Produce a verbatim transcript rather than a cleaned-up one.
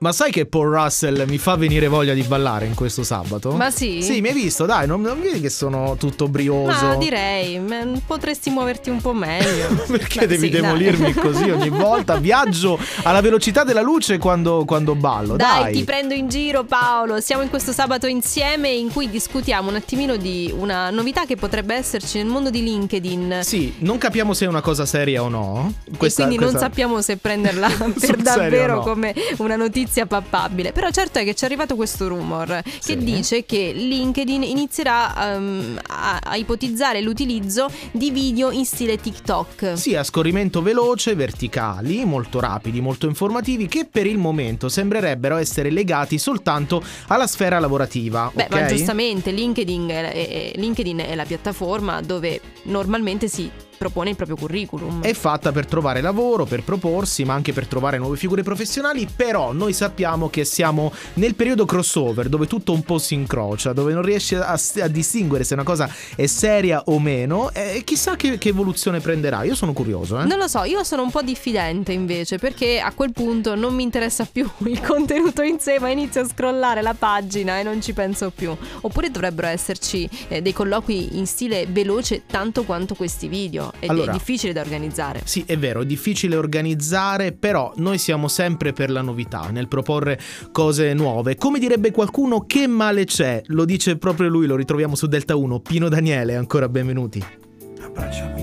Ma sai che Paul Russell mi fa venire voglia di ballare in questo sabato? Ma sì? Sì, mi hai visto, dai, non, non vedi che sono tutto brioso? Ma direi, m- potresti muoverti un po' meglio. Perché Beh, devi sì, demolirmi dai. così ogni volta? Viaggio alla velocità della luce quando, quando ballo, Dai, dai. ti prendo in giro, Paolo. Siamo in questo sabato insieme in cui discutiamo un attimino di una novità che potrebbe esserci nel mondo di LinkedIn. Sì, non capiamo se è una cosa seria o no. e Questa, quindi questa... non sappiamo se prenderla Sul per serio davvero o no. come una notizia pappabile. Però certo è che ci è arrivato questo rumor Sì. che dice che LinkedIn inizierà um, a, a ipotizzare l'utilizzo di video in stile TikTok. Sì, a scorrimento veloce, verticali, molto rapidi, molto informativi, che per il momento sembrerebbero essere legati soltanto alla sfera lavorativa. Beh, ok? ma giustamente LinkedIn è, è- LinkedIn è la piattaforma dove normalmente si propone il proprio curriculum. È fatta per trovare lavoro, per proporsi, ma anche per trovare nuove figure professionali. Però noi sappiamo che siamo nel periodo crossover, dove tutto un po' si incrocia, dove non riesci a, a distinguere se una cosa è seria o meno. E chissà che, che evoluzione prenderà. Io sono curioso, eh. Non lo so, io sono un po' diffidente invece, perché a quel punto non mi interessa più il contenuto in sé, ma inizio a scrollare la pagina e non ci penso più. Oppure dovrebbero esserci eh, dei colloqui in stile veloce tanto quanto questi video. Ed Allora, è difficile da organizzare. Sì, è vero, è difficile organizzare, però noi siamo sempre per la novità, nel proporre cose nuove. Come direbbe qualcuno, che male c'è? Lo dice proprio lui, lo ritroviamo su Delta uno. Pino Daniele, ancora benvenuti. Abbracciami.